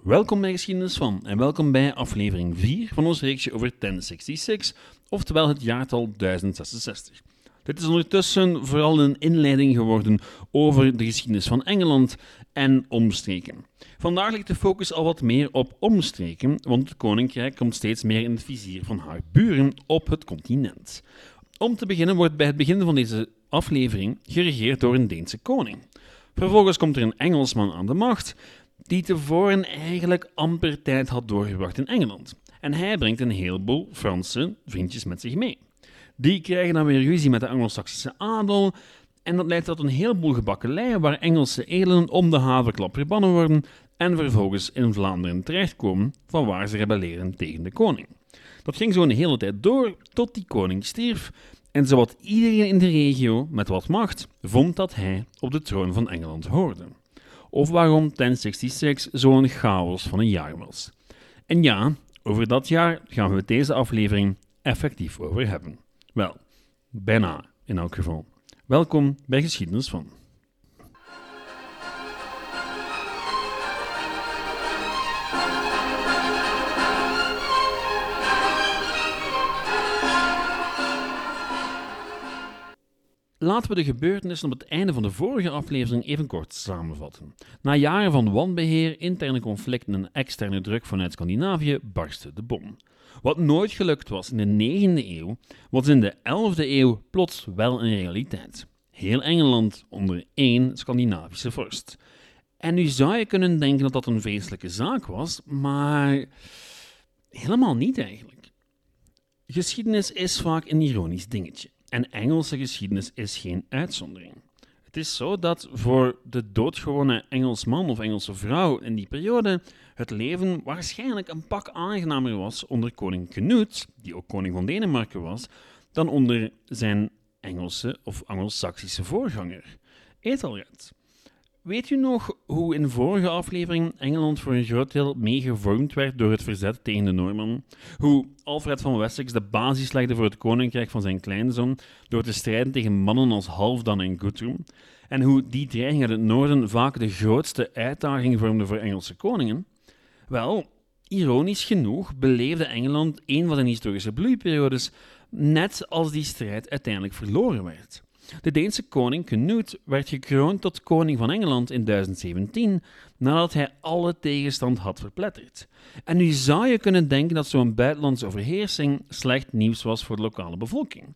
Welkom bij Geschiedenis van en welkom bij aflevering 4 van ons reeksje over 1066, oftewel het jaartal 1066. Dit is ondertussen vooral een inleiding geworden over de geschiedenis van Engeland en omstreken. Vandaag ligt de focus al wat meer op omstreken, want het koninkrijk komt steeds meer in het vizier van haar buren op het continent. Om te beginnen wordt bij het begin van deze aflevering geregeerd door een Deense koning. Vervolgens komt er een Engelsman aan de macht die tevoren eigenlijk amper tijd had doorgebracht in Engeland. En hij brengt een heleboel Franse vriendjes met zich mee. Die krijgen dan weer ruzie met de Anglo-Saxische adel en dat leidt tot een heleboel gebakkeleien waar Engelse edelen om de haverklap verbannen worden en vervolgens in Vlaanderen terechtkomen, van waar ze rebelleren tegen de koning. Dat ging zo een hele tijd door tot die koning stierf en zowat iedereen in de regio met wat macht vond dat hij op de troon van Engeland hoorde. Of waarom 1066 zo'n chaos van een jaar was. En ja, over dat jaar gaan we het deze aflevering effectief over hebben. Wel, bijna in elk geval. Welkom bij Geschiedenis van. Laten we de gebeurtenissen op het einde van de vorige aflevering even kort samenvatten. Na jaren van wanbeheer, interne conflicten en externe druk vanuit Scandinavië barstte de bom. Wat nooit gelukt was in de 9e eeuw, was in de 11e eeuw plots wel een realiteit. Heel Engeland onder één Scandinavische vorst. En nu zou je kunnen denken dat dat een vreselijke zaak was, maar helemaal niet eigenlijk. Geschiedenis is vaak een ironisch dingetje. En Engelse geschiedenis is geen uitzondering. Het is zo dat voor de doodgewone Engelsman of Engelse vrouw in die periode het leven waarschijnlijk een pak aangenamer was onder koning Knut, die ook koning van Denemarken was, dan onder zijn Engelse of Anglo-Saxische voorganger, Ethelred. Weet u nog hoe in de vorige aflevering Engeland voor een groot deel meegevormd werd door het verzet tegen de Normannen? Hoe Alfred van Wessex de basis legde voor het koninkrijk van zijn kleinzoon door te strijden tegen mannen als Halfdan en Guthrum? En hoe die dreiging uit het noorden vaak de grootste uitdaging vormde voor Engelse koningen? Wel, ironisch genoeg beleefde Engeland een van zijn historische bloeiperiodes, net als die strijd uiteindelijk verloren werd. De Deense koning Knut werd gekroond tot koning van Engeland in 1017, nadat hij alle tegenstand had verpletterd. En nu zou je kunnen denken dat zo'n buitenlandse overheersing slecht nieuws was voor de lokale bevolking.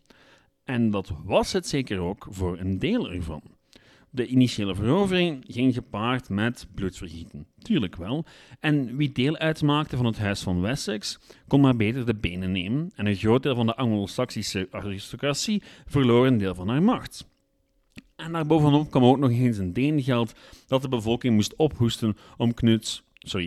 En dat was het zeker ook voor een deel ervan. De initiële verovering ging gepaard met bloedvergieten, tuurlijk wel, en wie deel uitmaakte van het huis van Wessex kon maar beter de benen nemen en een groot deel van de Anglo-Saxische aristocratie verloor een deel van haar macht. En daarbovenop kwam ook nog eens een deengeld dat de bevolking moest ophoesten om Knuts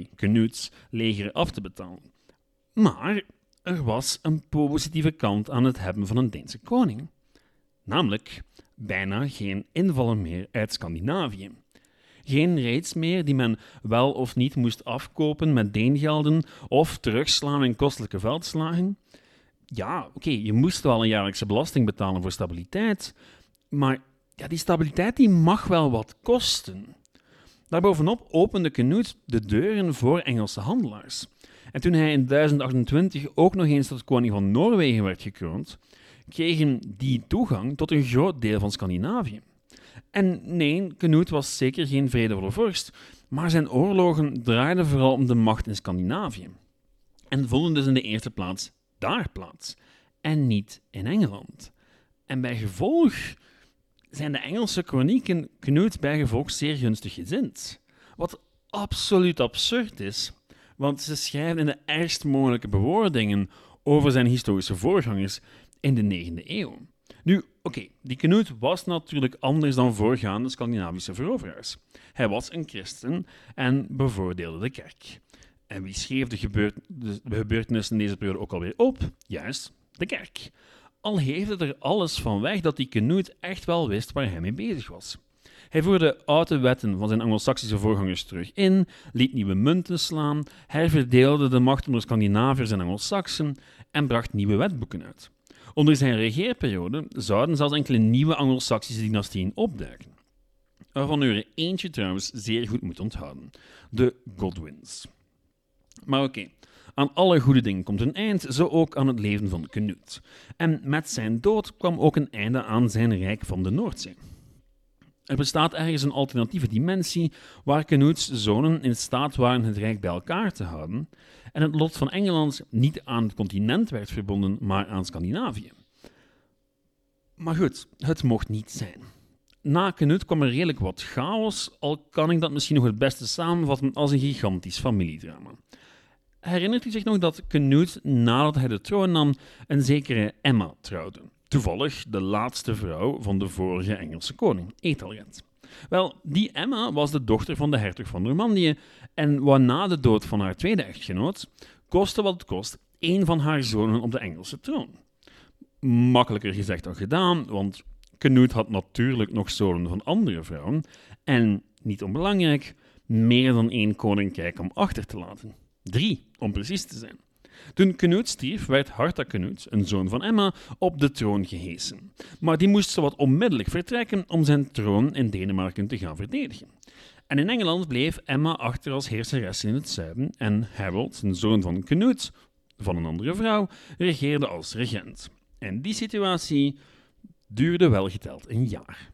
leger af te betalen. Maar er was een positieve kant aan het hebben van een Deense koning. Namelijk bijna geen invallen meer uit Scandinavië. Geen raids meer die men wel of niet moest afkopen met deengelden of terugslaan in kostelijke veldslagen. Ja, oké, je moest wel een jaarlijkse belasting betalen voor stabiliteit, maar ja, die stabiliteit die mag wel wat kosten. Daarbovenop opende Knut de deuren voor Engelse handelaars. En toen hij in 1028 ook nog eens tot koning van Noorwegen werd gekroond, kregen die toegang tot een groot deel van Scandinavië. En nee, Knut was zeker geen vredevolle vorst, maar zijn oorlogen draaiden vooral om de macht in Scandinavië. En vonden dus in de eerste plaats daar plaats, en niet in Engeland. En bij gevolg zijn de Engelse kronieken Knut bijgevolg zeer gunstig gezind. Wat absoluut absurd is, want ze schrijven in de ergst mogelijke bewoordingen over zijn historische voorgangers in de 9e eeuw. Nu, oké, die Knut was natuurlijk anders dan voorgaande Scandinavische veroveraars. Hij was een christen en bevoordeelde de kerk. En wie schreef de gebeurtenissen in deze periode ook alweer op? Juist, de kerk. Al heeft het er alles van weg dat die Knut echt wel wist waar hij mee bezig was. Hij voerde oude wetten van zijn Anglo-Saxische voorgangers terug in, liet nieuwe munten slaan, herverdeelde de macht onder Scandinaviërs en Anglo-Saxen en bracht nieuwe wetboeken uit. Onder zijn regeerperiode zouden zelfs enkele nieuwe Anglo-Saxische dynastieën opduiken. Waarvan u er eentje trouwens zeer goed moet onthouden: de Godwins. Maar oké, aan alle goede dingen komt een eind, zo ook aan het leven van Knut. En met zijn dood kwam ook een einde aan zijn Rijk van de Noordzee. Er bestaat ergens een alternatieve dimensie waar Knuts zonen in staat waren het Rijk bij elkaar te houden en het lot van Engeland niet aan het continent werd verbonden, maar aan Scandinavië. Maar goed, het mocht niet zijn. Na Knut kwam er redelijk wat chaos, al kan ik dat misschien nog het beste samenvatten als een gigantisch familiedrama. Herinnert u zich nog dat Knut, nadat hij de troon nam, een zekere Emma trouwde? Toevallig de laatste vrouw van de vorige Engelse koning, Ethelred. Wel, die Emma was de dochter van de hertog van Normandië en wou na de dood van haar tweede echtgenoot, koste wat het kost, één van haar zonen op de Engelse troon. Makkelijker gezegd dan gedaan, want Knut had natuurlijk nog zonen van andere vrouwen en, niet onbelangrijk, meer dan één koninkrijk om achter te laten. 3, om precies te zijn. Toen Knut stierf, werd Harta Knut, een zoon van Emma, op de troon gehesen. Maar die moest zowat onmiddellijk vertrekken om zijn troon in Denemarken te gaan verdedigen. En in Engeland bleef Emma achter als heerseres in het zuiden en Harold, een zoon van Knut, van een andere vrouw, regeerde als regent. En die situatie duurde wel geteld een jaar.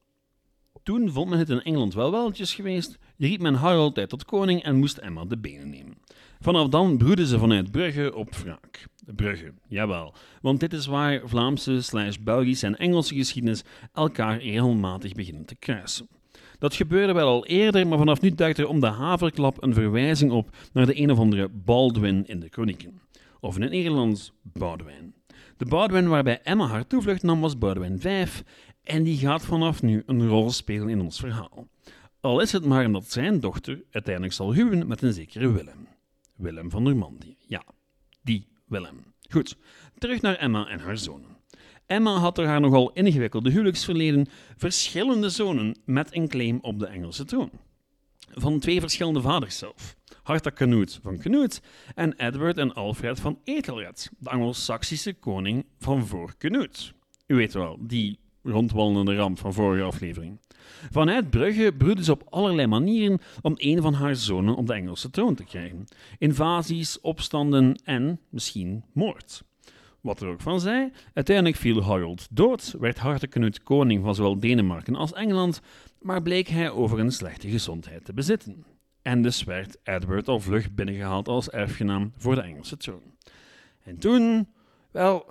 Toen vond men het in Engeland wel welletjes geweest, riep men Harold uit tot koning en moest Emma de benen nemen. Vanaf dan broedden ze vanuit Brugge op wraak. Brugge, jawel, want dit is waar Vlaamse/Belgische en Engelse geschiedenis elkaar regelmatig beginnen te kruisen. Dat gebeurde wel al eerder, maar vanaf nu duikt er om de haverklap een verwijzing op naar de een of andere Baldwin in de kronieken. Of in het Nederlands Boudewijn. De Boudewijn waarbij Emma haar toevlucht nam was Boudewijn V en die gaat vanaf nu een rol spelen in ons verhaal. Al is het maar omdat zijn dochter uiteindelijk zal huwen met een zekere Willem. Willem van Normandië, ja, die Willem. Goed, terug naar Emma en haar zonen. Emma had door haar nogal ingewikkelde huwelijksverleden verschillende zonen met een claim op de Engelse troon. Van 2 verschillende vaders zelf. Harta Knut van Knut en Edward en Alfred van Ethelred, de Anglo-Saxische koning van voor Knut. U weet wel, die rondwandelende ramp van vorige aflevering. Vanuit Brugge broedde ze op allerlei manieren om een van haar zonen op de Engelse troon te krijgen. Invasies, opstanden en misschien moord. Wat er ook van zij, uiteindelijk viel Harold dood, werd Harta Knut koning van zowel Denemarken als Engeland, maar bleek hij over een slechte gezondheid te bezitten. En dus werd Edward al vlug binnengehaald als erfgenaam voor de Engelse troon. En toen, wel,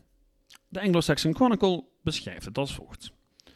de Anglo-Saxon Chronicle beschrijft het als volgt.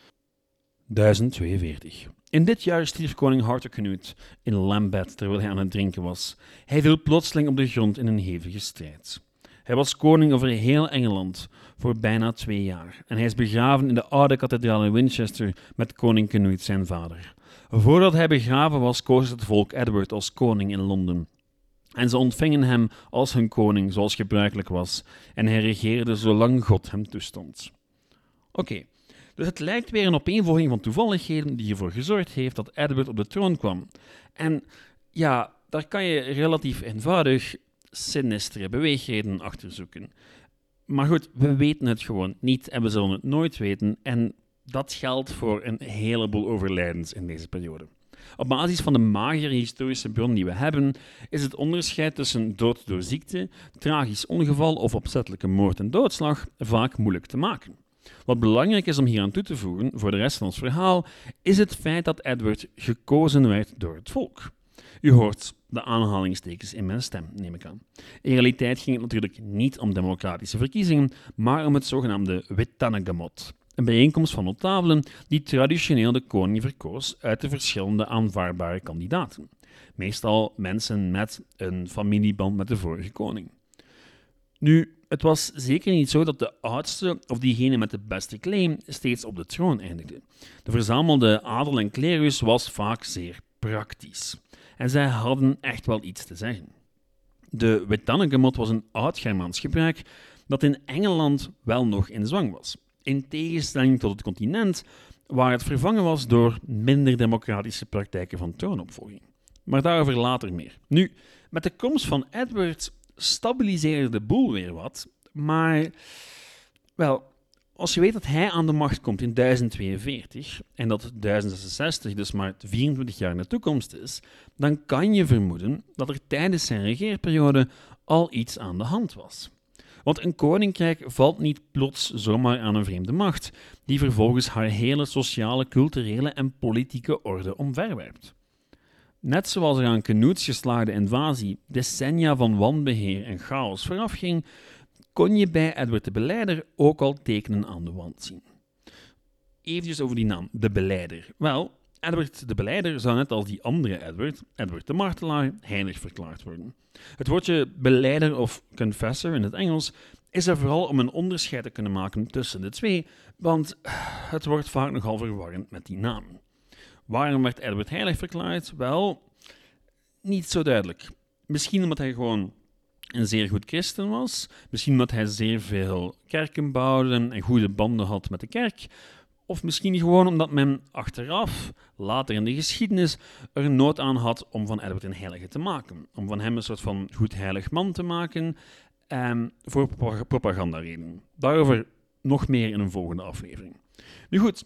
1042. In dit jaar stierf koning Harta Knut in Lambeth terwijl hij aan het drinken was. Hij viel plotseling op de grond in een hevige strijd. Hij was koning over heel Engeland voor bijna 2 jaar en hij is begraven in de oude kathedraal in Winchester met koning Knut zijn vader. Voordat hij begraven was, koos het volk Edward als koning in Londen. En ze ontvingen hem als hun koning zoals gebruikelijk was en hij regeerde zolang God hem toestond. Oké. Dus het lijkt weer een opeenvolging van toevalligheden die ervoor gezorgd heeft dat Edward op de troon kwam. En ja, daar kan je relatief eenvoudig sinistere beweegredenen achter zoeken. Maar goed, we weten het gewoon niet en we zullen het nooit weten. En dat geldt voor een heleboel overlijdens in deze periode. Op basis van de magere historische bron die we hebben, is het onderscheid tussen dood door ziekte, tragisch ongeval of opzettelijke moord en doodslag vaak moeilijk te maken. Wat belangrijk is om hier aan toe te voegen, voor de rest van ons verhaal, is het feit dat Edward gekozen werd door het volk. U hoort de aanhalingstekens in mijn stem, neem ik aan. In realiteit ging het natuurlijk niet om democratische verkiezingen, maar om het zogenaamde Witanagemot, een bijeenkomst van notabelen die traditioneel de koning verkoos uit de verschillende aanvaardbare kandidaten. Meestal mensen met een familieband met de vorige koning. Nu, het was zeker niet zo dat de oudste of diegene met de beste claim steeds op de troon eindigde. De verzamelde adel en klerus was vaak zeer praktisch. En zij hadden echt wel iets te zeggen. De Witanagemot was een oud-Germaans gebruik dat in Engeland wel nog in zwang was. In tegenstelling tot het continent, waar het vervangen was door minder democratische praktijken van troonopvolging. Maar daarover later meer. Nu, met de komst van Edward stabiliseerde de boel weer wat, maar wel, als je weet dat hij aan de macht komt in 1042 en dat 1066 dus maar 24 jaar in de toekomst is, dan kan je vermoeden dat er tijdens zijn regeerperiode al iets aan de hand was. Want een koninkrijk valt niet plots zomaar aan een vreemde macht, die vervolgens haar hele sociale, culturele en politieke orde omverwerpt. Net zoals er aan Knuts geslaagde invasie decennia van wanbeheer en chaos voorafging, kon je bij Edward de Beleider ook al tekenen aan de wand zien. Even over die naam, de Beleider. Wel, Edward de Beleider zou net als die andere Edward, Edward de Martelaar, heilig verklaard worden. Het woordje beleider of confessor in het Engels is er vooral om een onderscheid te kunnen maken tussen de twee, want het wordt vaak nogal verwarrend met die naam. Waarom werd Edward heilig verklaard? Wel, niet zo duidelijk. Misschien omdat hij gewoon een zeer goed christen was, misschien omdat hij zeer veel kerken bouwde en goede banden had met de kerk, of misschien gewoon omdat men achteraf, later in de geschiedenis, er nood aan had om van Edward een heilige te maken. Om van hem een soort van goed heilig man te maken, voor propagandaredenen. Daarover nog meer in een volgende aflevering. Nu goed,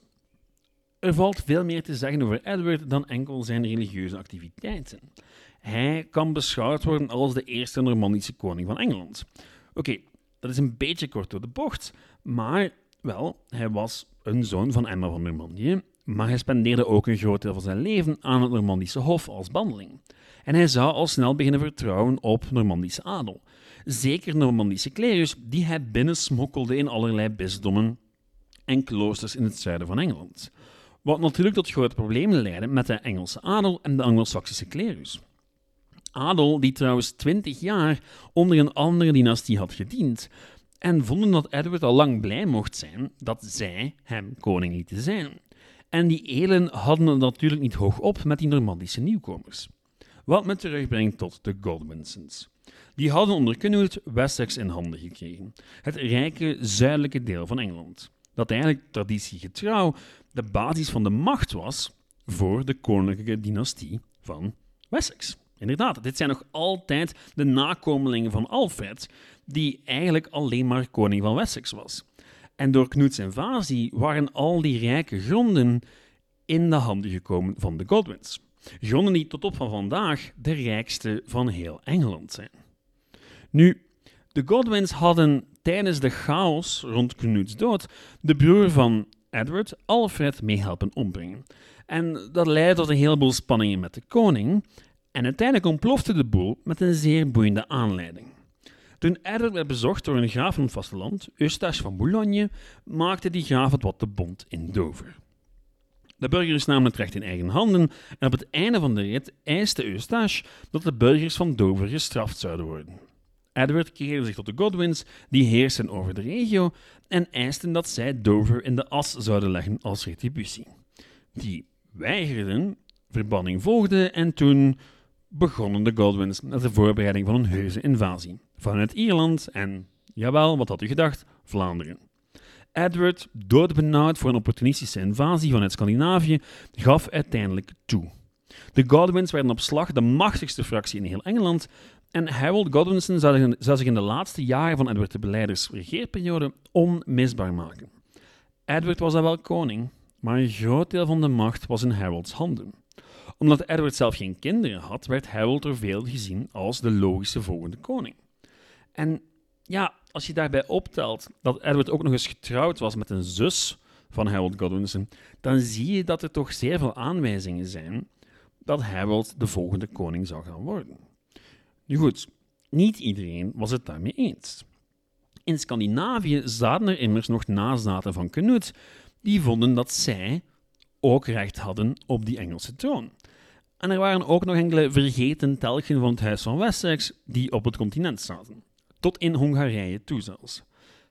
er valt veel meer te zeggen over Edward dan enkel zijn religieuze activiteiten. Hij kan beschouwd worden als de eerste Normandische koning van Engeland. Oké, dat is een beetje kort door de bocht, maar wel, hij was een zoon van Emma van Normandië, maar hij spendeerde ook een groot deel van zijn leven aan het Normandische hof als bandeling. En hij zou al snel beginnen vertrouwen op Normandische adel. Zeker Normandische klerus, die hij binnensmokkelde in allerlei bisdommen en kloosters in het zuiden van Engeland. Wat natuurlijk tot grote problemen leidde met de Engelse adel en de Anglo-Saxische klerus. Adel die trouwens 20 jaar onder een andere dynastie had gediend en vonden dat Edward al lang blij mocht zijn dat zij hem koning lieten zijn. En die edelen hadden het natuurlijk niet hoog op met die Normandische nieuwkomers. Wat me terugbrengt tot de Godwinsons. Die hadden onder Knut Wessex in handen gekregen, het rijke zuidelijke deel van Engeland, dat eigenlijk traditiegetrouw de basis van de macht was voor de koninklijke dynastie van Wessex. Inderdaad, dit zijn nog altijd de nakomelingen van Alfred, die eigenlijk alleen maar koning van Wessex was. En door Knuts invasie waren al die rijke gronden in de handen gekomen van de Godwins. Gronden die tot op van vandaag de rijkste van heel Engeland zijn. Nu, de Godwins hadden tijdens de chaos rond Knuts dood de broer van Edward, Alfred, mee helpen ombrengen. En dat leidde tot een heleboel spanningen met de koning. En uiteindelijk ontplofte de boel met een zeer boeiende aanleiding. Toen Edward werd bezocht door een graaf van het vasteland, Eustache van Boulogne, maakte die graaf het wat te bond in Dover. De burgers namen het recht in eigen handen en op het einde van de rit eiste Eustache dat de burgers van Dover gestraft zouden worden. Edward keerde zich tot de Godwins, die heersten over de regio, en eisten dat zij Dover in de as zouden leggen als retributie. Die weigerden, verbanning volgde en toen begonnen de Godwins met de voorbereiding van een heuse invasie. Vanuit Ierland en, jawel, wat had u gedacht, Vlaanderen. Edward, doodbenauwd voor een opportunistische invasie vanuit Scandinavië, gaf uiteindelijk toe. De Godwins werden op slag de machtigste fractie in heel Engeland en Harold Godwinson zou zich in de laatste jaren van Edward de Beleiders regeerperiode onmisbaar maken. Edward was dan wel koning, maar een groot deel van de macht was in Harolds handen. Omdat Edward zelf geen kinderen had, werd Harold door veel gezien als de logische volgende koning. En ja, als je daarbij optelt dat Edward ook nog eens getrouwd was met een zus van Harold Godwinson, dan zie je dat er toch zeer veel aanwijzingen zijn dat Harold de volgende koning zou gaan worden. Nu goed, niet iedereen was het daarmee eens. In Scandinavië zaten er immers nog nazaten van Knut, die vonden dat zij ook recht hadden op die Engelse troon. En er waren ook nog enkele vergeten telgen van het Huis van Wessex die op het continent zaten. Tot in Hongarije toe zelfs.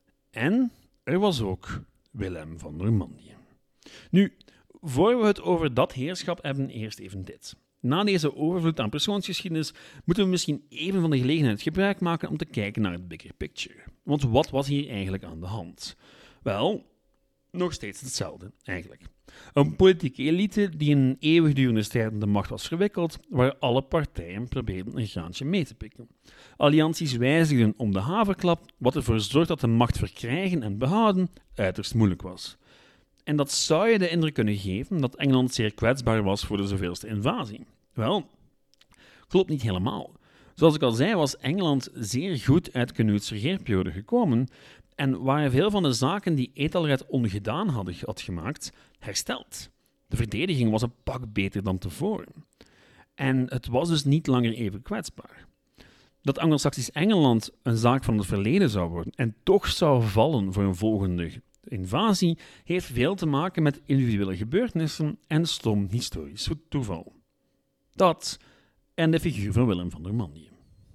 En er was ook Willem van Normandië. Nu, voor we het over dat heerschap hebben, eerst even dit. Na deze overvloed aan persoonsgeschiedenis moeten we misschien even van de gelegenheid gebruik maken om te kijken naar het bigger picture. Want wat was hier eigenlijk aan de hand? Wel, nog steeds hetzelfde, eigenlijk. Een politieke elite die in een eeuwigdurende strijd om de macht was verwikkeld, waar alle partijen probeerden een graantje mee te pikken. Allianties wijzigden om de haverklap, wat ervoor zorgt dat de macht verkrijgen en behouden uiterst moeilijk was. En dat zou je de indruk kunnen geven dat Engeland zeer kwetsbaar was voor de zoveelste invasie. Wel, klopt niet helemaal. Zoals ik al zei, was Engeland zeer goed uit Canuts regeerperiode gekomen en waren veel van de zaken die Ethelred ongedaan had gemaakt, hersteld. De verdediging was een pak beter dan tevoren. En het was dus niet langer even kwetsbaar. Dat Anglo-Saxisch Engeland een zaak van het verleden zou worden en toch zou vallen voor een volgende invasie, heeft veel te maken met individuele gebeurtenissen en stom historisch toeval. Dat en de figuur van Willem van Normandië.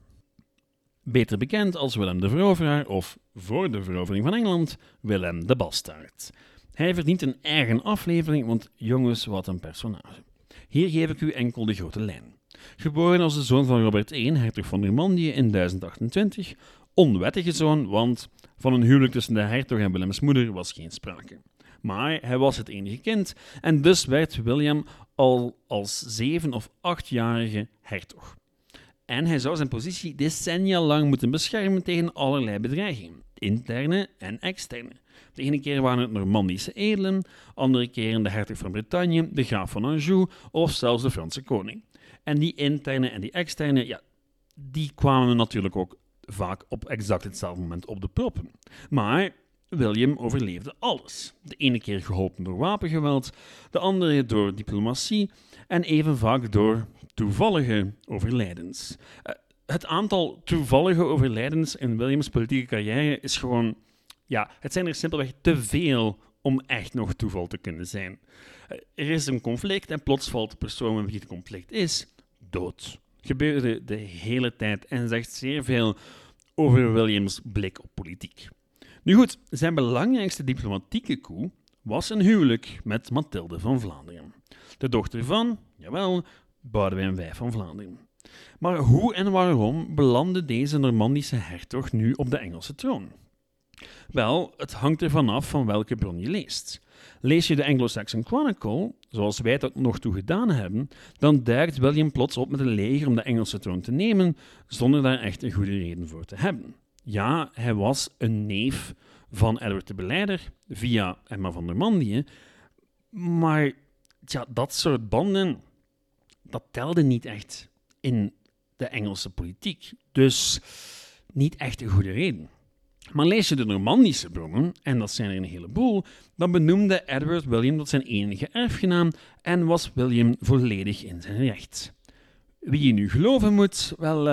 Beter bekend als Willem de Veroveraar of, voor de verovering van Engeland, Willem de Bastaard. Hij verdient een eigen aflevering, want jongens, wat een personage. Hier geef ik u enkel de grote lijn. Geboren als de zoon van Robert I, hertog van Normandië in 1028, onwettige zoon, want van een huwelijk tussen de hertog en Willems moeder was geen sprake. Maar hij was het enige kind en dus werd William al als 7- of 8-jarige hertog. En hij zou zijn positie decennia lang moeten beschermen tegen allerlei bedreigingen, interne en externe. De ene keer waren het Normandische edelen, andere keren de hertog van Bretagne, de graaf van Anjou of zelfs de Franse koning. En die interne en die externe, ja, die kwamen natuurlijk ook vaak op exact hetzelfde moment op de proppen. Maar William overleefde alles. De ene keer geholpen door wapengeweld, de andere door diplomatie en even vaak door toevallige overlijdens. Het aantal toevallige overlijdens in Williams politieke carrière is gewoon... Ja, het zijn er simpelweg te veel om echt nog toeval te kunnen zijn. Er is een conflict en plots valt de persoon met wie het conflict is dood. Gebeurde de hele tijd en zegt zeer veel over Williams' blik op politiek. Nu goed, zijn belangrijkste diplomatieke coup was een huwelijk met Mathilde van Vlaanderen. De dochter van, jawel, Boudewijn V van Vlaanderen. Maar hoe en waarom belandde deze Normandische hertog nu op de Engelse troon? Wel, het hangt ervan af van welke bron je leest. Lees je de Anglo-Saxon Chronicle, zoals wij dat nog toe gedaan hebben, dan duikt William plots op met een leger om de Engelse troon te nemen, zonder daar echt een goede reden voor te hebben. Ja, hij was een neef van Edward de Beleider, via Emma van Normandië, maar ja, dat soort banden, dat telde niet echt in de Engelse politiek. Dus niet echt een goede reden. Maar lees je de Normandische bronnen, en dat zijn er een heleboel, dan benoemde Edward William tot zijn enige erfgenaam en was William volledig in zijn recht. Wie je nu geloven moet, wel,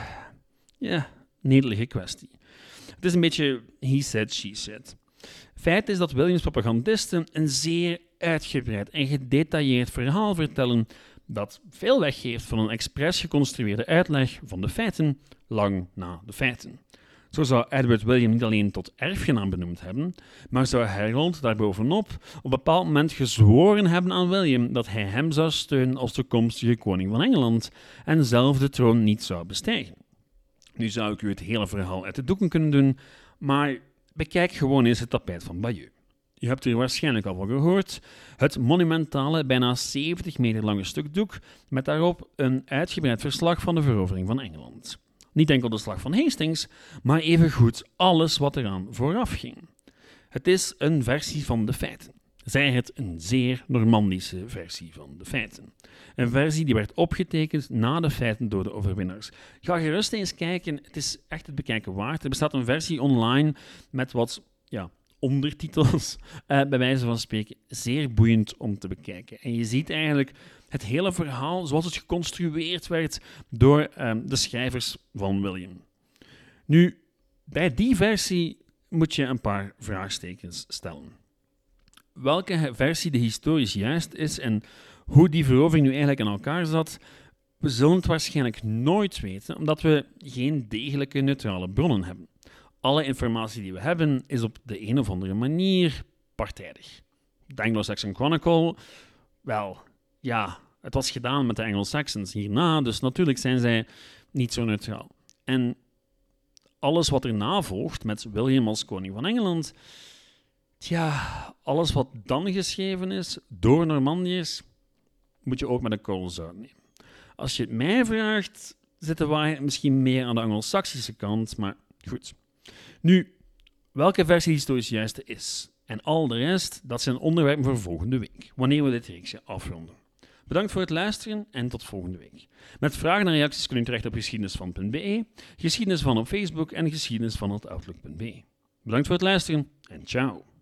netelige kwestie. Het is een beetje he said, she said. Feit is dat Williams propagandisten een zeer uitgebreid en gedetailleerd verhaal vertellen dat veel weggeeft van een expres geconstrueerde uitleg van de feiten lang na de feiten. Zo zou Edward William niet alleen tot erfgenaam benoemd hebben, maar zou Harold daarbovenop op een bepaald moment gezworen hebben aan William dat hij hem zou steunen als toekomstige koning van Engeland en zelf de troon niet zou bestijgen. Nu zou ik u het hele verhaal uit de doeken kunnen doen, maar bekijk gewoon eens het tapijt van Bayeux. U hebt er waarschijnlijk al van gehoord. Het monumentale, bijna 70 meter lange stuk doek met daarop een uitgebreid verslag van de verovering van Engeland. Niet enkel de slag van Hastings, maar evengoed alles wat eraan vooraf ging. Het is een versie van de feiten. Zij het een zeer Normandische versie van de feiten. Een versie die werd opgetekend na de feiten door de overwinnaars. Ga gerust eens kijken, het is echt het bekijken waard. Er bestaat een versie online met wat ondertitels, bij wijze van spreken, zeer boeiend om te bekijken. En je ziet eigenlijk het hele verhaal zoals het geconstrueerd werd door de schrijvers van William. Nu, bij die versie moet je een paar vraagtekens stellen. Welke versie de historisch juist is en hoe die verovering nu eigenlijk in elkaar zat, we zullen het waarschijnlijk nooit weten, omdat we geen degelijke neutrale bronnen hebben. Alle informatie die we hebben is op de een of andere manier partijdig. De Anglo-Saxon Chronicle, wel, ja, het was gedaan met de Anglo-Saxons hierna, dus natuurlijk zijn zij niet zo neutraal. En alles wat erna volgt met William als koning van Engeland, alles wat dan geschreven is door Normandiërs, moet je ook met een korrel zout nemen. Als je het mij vraagt, zit de waarheid misschien meer aan de Anglo-Saxische kant, maar goed. Nu, welke versie historisch juiste is en al de rest, dat zijn onderwerpen voor volgende week, wanneer we dit reeksje afronden. Bedankt voor het luisteren en tot volgende week. Met vragen en reacties kun je terecht op geschiedenisvan.be, geschiedenisvan op Facebook en geschiedenisvan@outlook.be. Bedankt voor het luisteren en ciao.